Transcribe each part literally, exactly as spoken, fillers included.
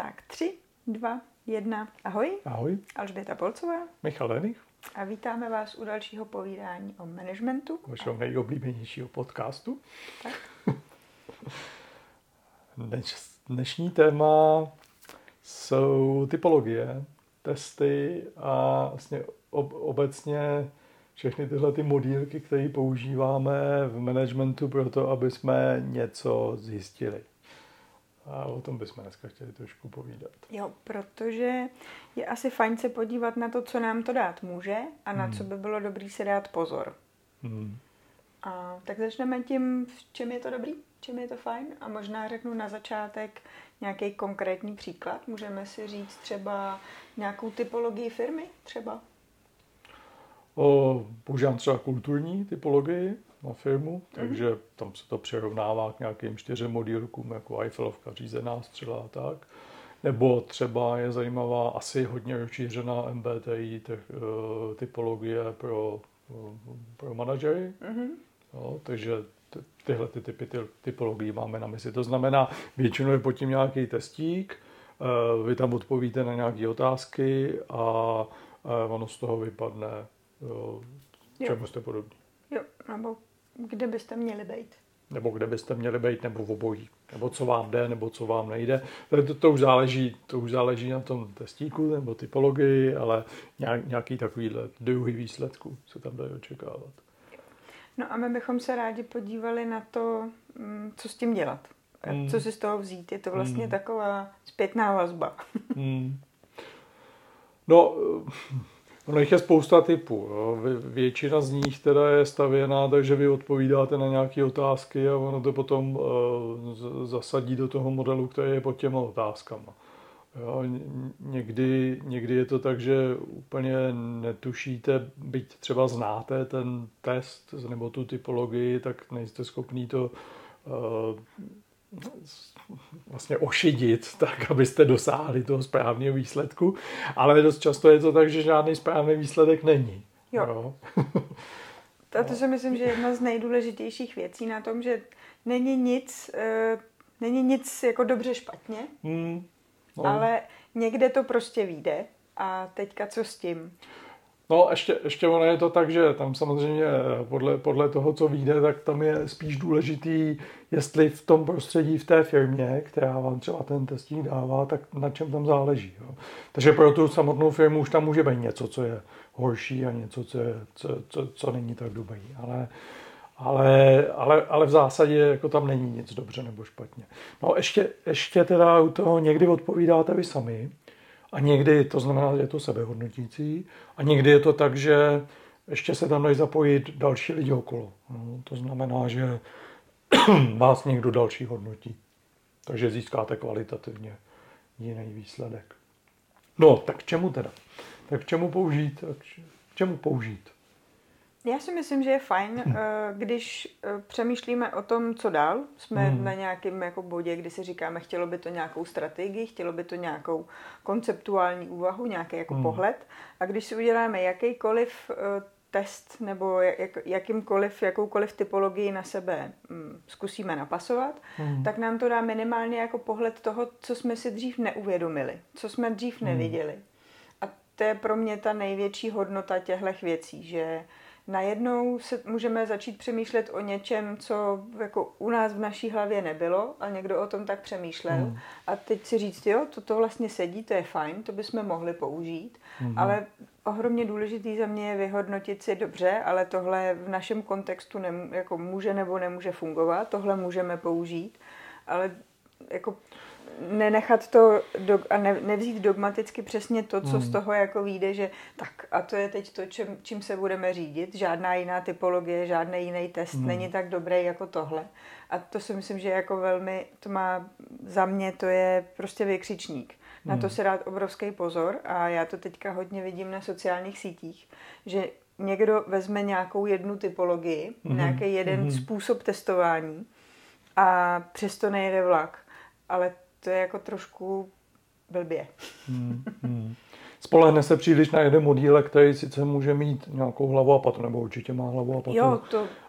Tak tři, dva, jedna. Ahoj. Ahoj. Alžběta Polcová. Michal Denich. A vítáme vás u dalšího povídání o managementu. Vašeho nejoblíbenějšího podcastu. Tak. Dneš, dnešní téma jsou typologie, testy a vlastně ob, obecně všechny tyhle ty modílky, které používáme v managementu pro to, aby jsme něco zjistili. A o tom bychom dneska chtěli trošku povídat. Jo, protože je asi fajn se podívat na to, co nám to dát může a na hmm. co by bylo dobrý si dát pozor. Hmm. A tak začneme tím, v čem je to dobrý, v čem je to fajn a možná řeknu na začátek nějaký konkrétní příklad. Můžeme si říct třeba nějakou typologii firmy třeba. O, používám třeba kulturní typologii na firmu, takže mm-hmm. tam se to přirovnává k nějakým čtyřem modílkům, jako Eiffelovka, řízená střela a tak. Nebo třeba je zajímavá, asi hodně rozšířená M B T I te, typologie pro, pro manažery. Mm-hmm. Jo, takže ty, tyhle ty typy ty, typologií máme na mysli. To znamená, většinou je pod tím nějaký testík, vy tam odpovíte na nějaké otázky a ono z toho vypadne, čemu jste podobní. Jo, nebo kde byste měli být. Nebo kde byste měli být, nebo v obojí. Nebo co vám jde, nebo co vám nejde. To, to, už, záleží, to už záleží na tom testíku nebo typologii, ale nějaký takovýhle druhý výsledku se tam dají očekávat. No a my bychom se rádi podívali na to, co s tím dělat. Mm. Co si z toho vzít. Je to vlastně mm. taková zpětná vazba. Mm. No... Ono jich je spousta typů. Jo. Většina z nich teda je stavěná, takže vy odpovídáte na nějaké otázky a ono to potom uh, zasadí do toho modelu, který je pod těma otázkama. Jo. Někdy, někdy je to tak, že úplně netušíte, byť třeba znáte ten test nebo tu typologii, tak nejste schopný to uh, vlastně ošidit, tak abyste dosáhli toho správného výsledku, ale dost často je to tak, že žádný správný výsledek není. Jo. jo. To, to si myslím, že je jedna z nejdůležitějších věcí na tom, že není nic, uh, není nic jako dobře špatně, hmm. no. ale někde to prostě vyjde a teďka co s tím? No, ještě, ještě ono je to tak, že tam samozřejmě podle, podle toho, co vyjde, tak tam je spíš důležitý, jestli v tom prostředí, v té firmě, která vám třeba ten testík dává, tak na čem tam záleží. Jo. Takže pro tu samotnou firmu už tam může být něco, co je horší a něco, co, je, co, co, co není tak dobrý. Ale, ale, ale, ale v zásadě jako tam není nic dobře nebo špatně. No, ještě, ještě teda u toho někdy odpovídáte vy sami. A někdy to znamená, že je to sebehodnotící a někdy je to tak, že ještě se tam dají zapojit další lidi okolo. No, to znamená, že vás někdo další hodnotí. Takže získáte kvalitativně jiný výsledek. No, tak k čemu teda? Tak k čemu použít? K čemu použít? Já si myslím, že je fajn, když přemýšlíme o tom, co dál. Jsme hmm. na nějakém jako bodě, kdy si říkáme, chtělo by to nějakou strategii, chtělo by to nějakou konceptuální úvahu, nějaký jako hmm. pohled. A když si uděláme jakýkoliv test nebo jak, jakýmkoliv, jakoukoliv typologii na sebe zkusíme napasovat, hmm. tak nám to dá minimálně jako pohled toho, co jsme si dřív neuvědomili, co jsme dřív hmm. neviděli. A to je pro mě ta největší hodnota těchto věcí, že najednou se můžeme začít přemýšlet o něčem, co jako u nás v naší hlavě nebylo a někdo o tom tak přemýšlel. Mm. A teď si říct, jo, toto vlastně sedí, to je fajn, to bychom mohli použít. Mm. Ale ohromně důležitý za mě je vyhodnotit si dobře, ale tohle v našem kontextu nem, jako může nebo nemůže fungovat, tohle můžeme použít, ale jako nenechat to do, a ne, nevzít dogmaticky přesně to, co mm. z toho jako vyjde, že tak a to je teď to, čím, čím se budeme řídit. Žádná jiná typologie, žádný jiný test mm. není tak dobrý jako tohle. A to si myslím, že jako velmi, to má za mě, to je prostě vykřičník. Mm. Na to se dát obrovský pozor a já to teďka hodně vidím na sociálních sítích, že někdo vezme nějakou jednu typologii, mm. nějaký jeden mm. způsob testování a přesto nejede vlak. Ale to je jako trošku blbě. Hmm, hmm. Spolehne se příliš na jeden modílek, který sice může mít nějakou hlavu a patu, nebo určitě má hlavu a patu. Jo, to...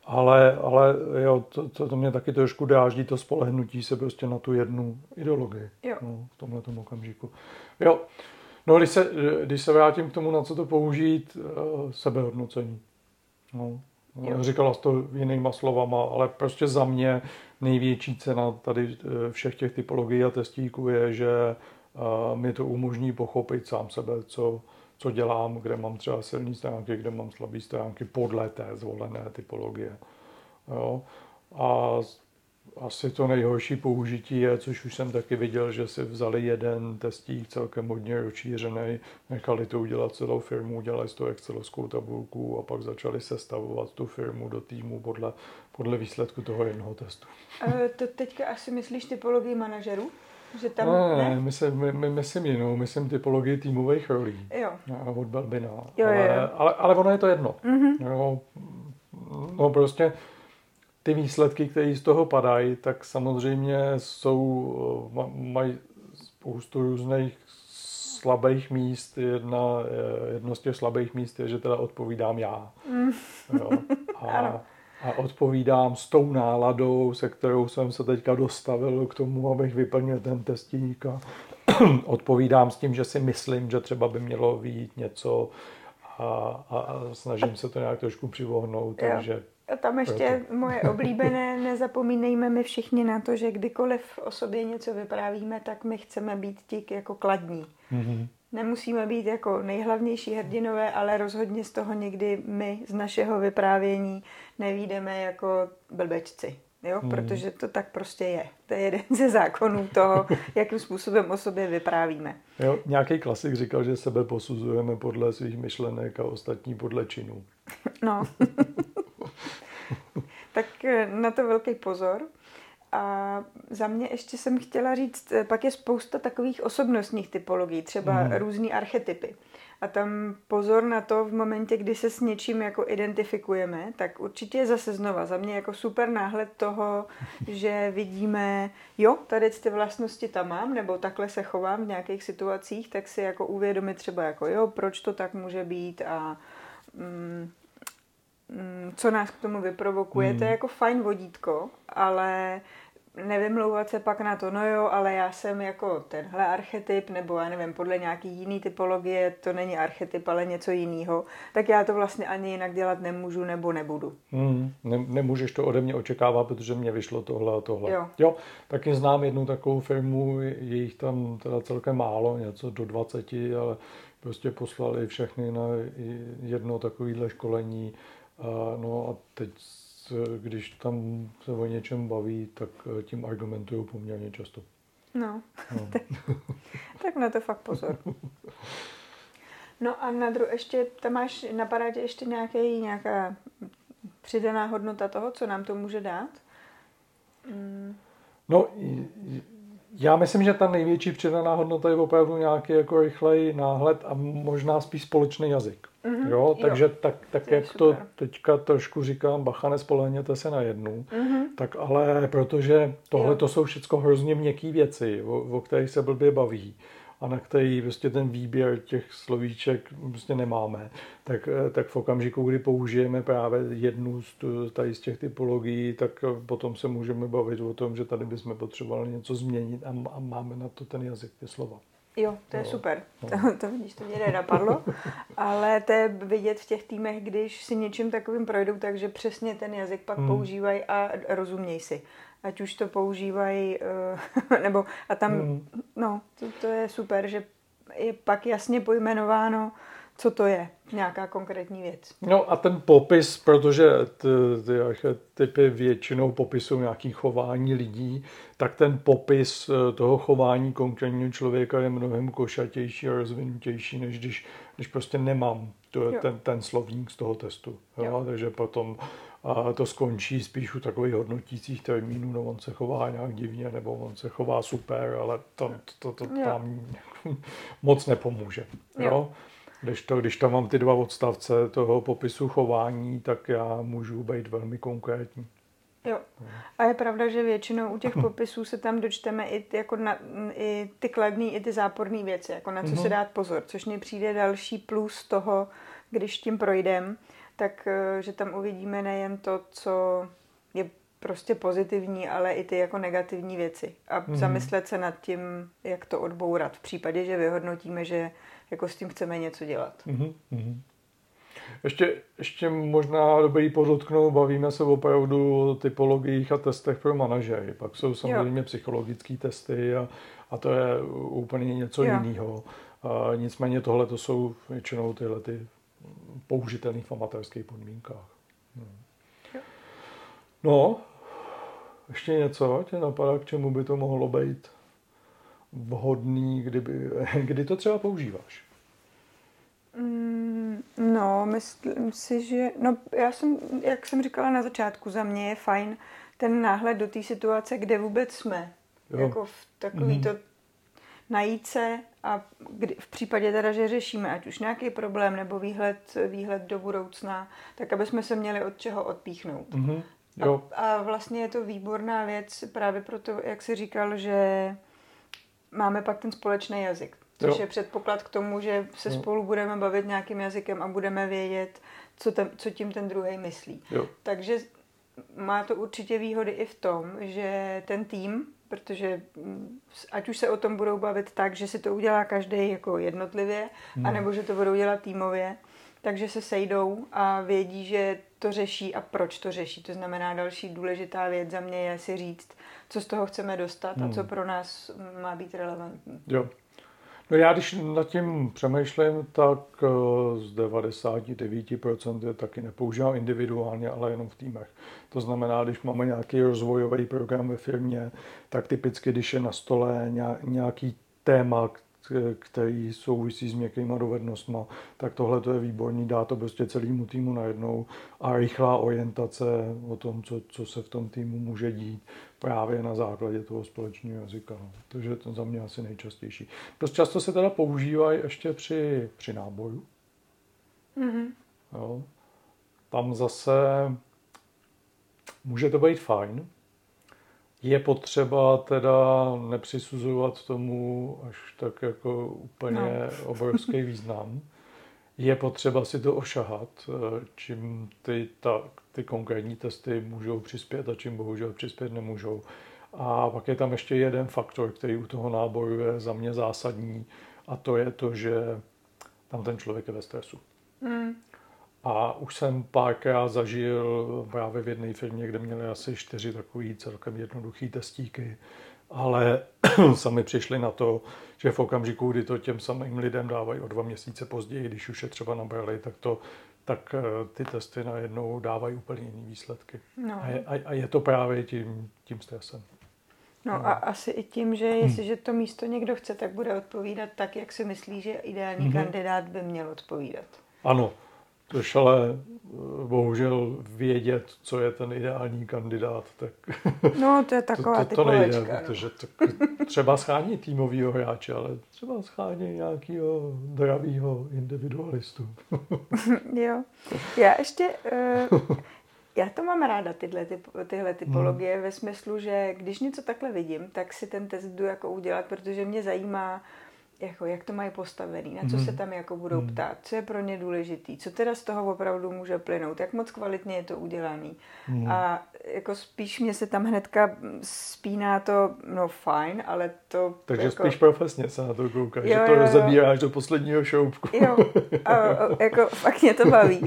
Ale, ale jo, to, to, to mě taky trošku dráždí, to spolehnutí se prostě na tu jednu ideologii. Jo. No, v tomhle tomu okamžiku. Jo. No, když se, když se vrátím k tomu, na co to použít, sebehodnocení. No. No, říkala jsi to jinýma slovama, ale prostě za mě největší cena tady všech těch typologií a testíků je, že mi to umožní pochopit sám sebe, co, co dělám, kde mám třeba silné stránky, kde mám slabé stránky podle té zvolené typologie. Jo? A asi to nejhorší použití je, což už jsem taky viděl, že si vzali jeden testík celkem hodně rozšířený, nechali to udělat celou firmu, udělali z toho excelovskou tabulku a pak začali sestavovat tu firmu do týmu podle, podle výsledku toho jednoho testu. E, to teďka asi myslíš typologii manažerů? Že tam, ne, ne? ne myslím, my, my, myslím jinou, myslím typologii týmových rolí. Jo. Od Belbina. Jo, ale, jo. Ale, ale ono je to jedno. Mm-hmm. Jo, no prostě ty výsledky, které z toho padají, tak samozřejmě jsou, mají spoustu různých slabých míst. Jedna, jedno z těch slabých míst je, že teda odpovídám já. Mm. Jo. A, a odpovídám s tou náladou, se kterou jsem se teďka dostavil k tomu, abych vyplnil ten testík. A odpovídám s tím, že si myslím, že třeba by mělo vyjít něco a, a, a snažím se to nějak trošku přivohnout. Takže a tam ještě proto. Moje oblíbené, nezapomínejme my všichni na to, že kdykoliv o sobě něco vyprávíme, tak my chceme být ti jako kladní. Mm-hmm. Nemusíme být jako nejhlavnější hrdinové, ale rozhodně z toho někdy my z našeho vyprávění nevídeme jako blbečci. Jo? Mm. Protože to tak prostě je. To je jeden ze zákonů toho, jakým způsobem o sobě vyprávíme. Jo, nějaký klasik říkal, že sebe posuzujeme podle svých myšlenek a ostatní podle činů. No. Tak na to velký pozor. A za mě ještě jsem chtěla říct, pak je spousta takových osobnostních typologií, třeba mm. různý archetypy. A tam pozor na to v momentě, kdy se s něčím jako identifikujeme, tak určitě zase znova za mě jako super náhled toho, že vidíme, jo, tady ty vlastnosti tam mám, nebo takhle se chovám v nějakých situacích, tak si jako uvědomit třeba jako jo, proč to tak může být a mm, mm, co nás k tomu vyprovokuje. Mm. To je jako fajn vodítko, ale nevymlouvat se pak na to, no jo, ale já jsem jako tenhle archetyp, nebo já nevím, podle nějaký jiný typologie, to není archetyp, ale něco jiného, tak já to vlastně ani jinak dělat nemůžu nebo nebudu. Mm, ne, nemůžeš to ode mě očekávat, protože mě vyšlo tohle a tohle. Jo. jo, taky znám jednu takovou firmu, je jich tam teda celkem málo, něco do dvaceti, ale prostě poslali všechny na jedno takovýhle školení. A, no a teď když tam se o něčem baví, tak tím argumentují poměrně často. No, no. tak, tak na to fakt pozor. No a na druhé ještě, tam máš, napadá tě ještě nějaký, nějaká přidaná hodnota toho, co nám to může dát? Mm. No, já myslím, že ta největší přidaná hodnota je opravdu nějaký jako rychlej náhled a možná spíš společný jazyk. Mm-hmm. Jo, takže jo. tak, tak to jak super. To teďka trošku říkám, bacha, nespolehněte se na jednu, mm-hmm. tak ale protože tohle to jsou všechno hrozně měkký věci, o, o kterých se blbě baví a na který prostě ten výběr těch slovíček prostě nemáme, tak, tak v okamžiku, kdy použijeme právě jednu z, tady z těch typologií, tak potom se můžeme bavit o tom, že tady bychom potřebovali něco změnit a, a máme na to ten jazyk, ty slova. Jo, to je no, super. No. To, to vidíš, to mě nenapadlo. Ale to je vidět v těch týmech, když si něčím takovým projdou, takže přesně ten jazyk pak hmm. používají a rozuměj si. Ať už to používají, nebo a tam, hmm. no, to, to je super, že je pak jasně pojmenováno, co to je, nějaká konkrétní věc. No a ten popis, protože ty, ty archetypy většinou popisují nějaké chování lidí, tak ten popis toho chování konkrétního člověka je mnohem košatější a rozvinutější, než když, když prostě nemám to, ten, ten slovník z toho testu. Jo? Takže potom a to skončí spíš u takových hodnotících termínů, no on se chová nějak divně, nebo on se chová super, ale to, to, to, to tam moc nepomůže. Jo? Jo? Když, to, když tam mám ty dva odstavce toho popisu chování, tak já můžu být velmi konkrétní. Jo. A je pravda, že většinou u těch popisů se tam dočteme i ty, jako na, i ty kladný, i ty záporné věci, jako na co mm-hmm. si dát pozor, což mi přijde další plus toho, když tím projdem. tak že tam uvidíme nejen to, co je prostě pozitivní, ale i ty jako negativní věci. A mm. zamyslet se nad tím, jak to odbourat v případě, že vyhodnotíme, že jako s tím chceme něco dělat. Mm-hmm. Ještě, ještě možná dobrý podotknout, bavíme se opravdu o typologiích a testech pro manažery. Pak jsou samozřejmě jo. psychologické testy a, a to je úplně něco jo. jiného. A nicméně tohle to jsou většinou tyhle ty použitelné v amatérských podmínkách. Jo. No, ještě něco tě napadá, k čemu by to mohlo být vhodný, kdyby, kdy to třeba používáš? Mm, no, myslím si, že... No, já jsem, jak jsem říkala na začátku, za mě je fajn ten náhled do té situace, kde vůbec jsme. Jo. Jako v takový mm. to najít se a kdy, v případě teda, že řešíme ať už nějaký problém nebo výhled, výhled do budoucna, tak aby jsme se měli od čeho odpíchnout. Mm-hmm. Jo. A, a vlastně je to výborná věc právě proto, jak jsi říkal, že máme pak ten společný jazyk. Což jo. je předpoklad k tomu, že se jo. spolu budeme bavit nějakým jazykem a budeme vědět, co, ten, co tím ten druhý myslí. Jo. Takže má to určitě výhody i v tom, že ten tým, protože ať už se o tom budou bavit tak, že si to udělá každý jako jednotlivě, hmm. anebo že to budou dělat týmově, takže se sejdou a vědí, že to řeší a proč to řeší. To znamená, další důležitá věc za mě je si říct, co z toho chceme dostat hmm. a co pro nás má být relevantní. Jo. No já když nad tím přemýšlím, tak z devadesát devět procent je taky nepoužívám individuálně, ale jenom v týmech. To znamená, když máme nějaký rozvojový program ve firmě, tak typicky, když je na stole nějaký téma, který souvisí s měkkýma dovednostma, tak tohle to je výborný, dá to prostě celému týmu najednou a rychlá orientace o tom, co, co se v tom týmu může dít právě na základě toho společného jazyka. No. Takže to za mě asi nejčastější. Dost často se teda používají ještě při, při náboru. Mm-hmm. Jo. Tam zase může to být fajn. Je potřeba teda nepřisuzovat tomu až tak jako úplně no. obrovský význam. Je potřeba si to ošahat, čím ty, ta, ty konkrétní testy můžou přispět a čím bohužel přispět nemůžou. A pak je tam ještě jeden faktor, který u toho náboru je za mě zásadní, a to je to, že tam ten člověk je ve stresu. Mm. A už jsem párkrát zažil právě v jedné firmě, kde měli asi čtyři takový celkem jednoduchý testíky, ale sami přišli na to, že v okamžiku, kdy to těm samým lidem dávají o dva měsíce později, když už je třeba nabrali, tak, to, tak ty testy najednou dávají úplně jiné výsledky. No. A, je, a je to právě tím, tím stresem. No, no a asi i tím, že jestliže to místo někdo chce, tak bude odpovídat tak, jak si myslí, že ideální mm-hmm. kandidát by měl odpovídat. Ano. Tož ale bohužel vědět, co je ten ideální kandidát, tak no, to je taková to, to, to nejde, protože to, třeba schání týmovýho hráče, ale třeba schání nějakého dravýho individualistu. Jo, já ještě, uh, já to mám ráda, tyhle, typ, tyhle typologie, hmm. ve smyslu, že když něco takhle vidím, tak si ten test jdu jako udělat, protože mě zajímá, jako, jak to mají postavený, na co mm. se tam jako budou mm. ptát, co je pro ně důležitý, co teda z toho opravdu může plynout, jak moc kvalitně je to udělaný. Mm. A jako spíš mě se tam hnedka spíná to, no fajn, ale to... Takže jako... spíš profesně se na to koukáš, že to rozebíráš do posledního šoupku. Jo, a, a, jako fakt mě to baví.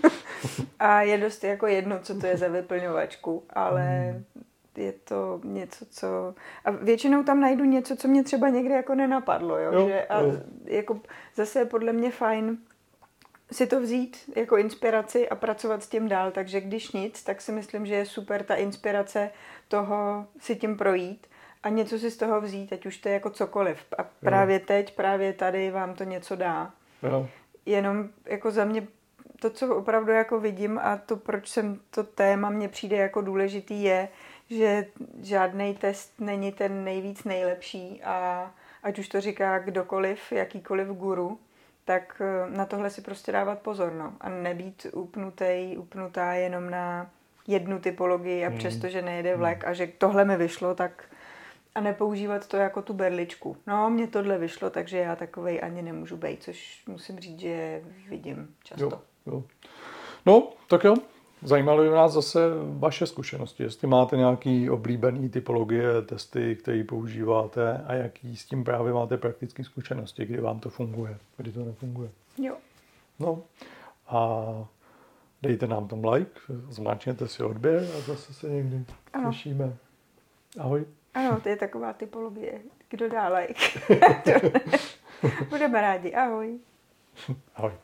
A je dost jako jedno, co to je za vyplňovačku, ale... Mm. Je to něco, co... A většinou tam najdu něco, co mě třeba někdy jako nenapadlo, jo? Jo, že a jo. Jako zase je podle mě fajn si to vzít jako inspiraci a pracovat s tím dál, takže když nic, tak si myslím, že je super ta inspirace toho si tím projít a něco si z toho vzít, ať už to je jako cokoliv. A právě jo. teď, právě tady vám to něco dá. Jo. Jenom jako za mě to, co opravdu jako vidím a to, proč jsem to téma mně přijde jako důležitý, je, že žádný test není ten nejvíc nejlepší a ať už to říká kdokoliv, jakýkoliv guru, tak na tohle si prostě dávat pozor, no. A nebýt upnutej, upnutá jenom na jednu typologii a hmm. přesto, že nejede vlek a že tohle mi vyšlo, tak a nepoužívat to jako tu berličku. No, mně tohle vyšlo, takže já takovej ani nemůžu být, což musím říct, že vidím často. Jo, jo. No, tak jo. Zajímalo by nás zase vaše zkušenosti, jestli máte nějaký oblíbený typologie, testy, které používáte a jaký s tím právě máte praktické zkušenosti, kdy vám to funguje, kdy to nefunguje. Jo. No a dejte nám tam like, zmáčkněte si odběr a zase se někdy ano. slyšíme. Ahoj. Ano, to je taková typologie. Kdo dá like? Budeme rádi. Ahoj. Ahoj.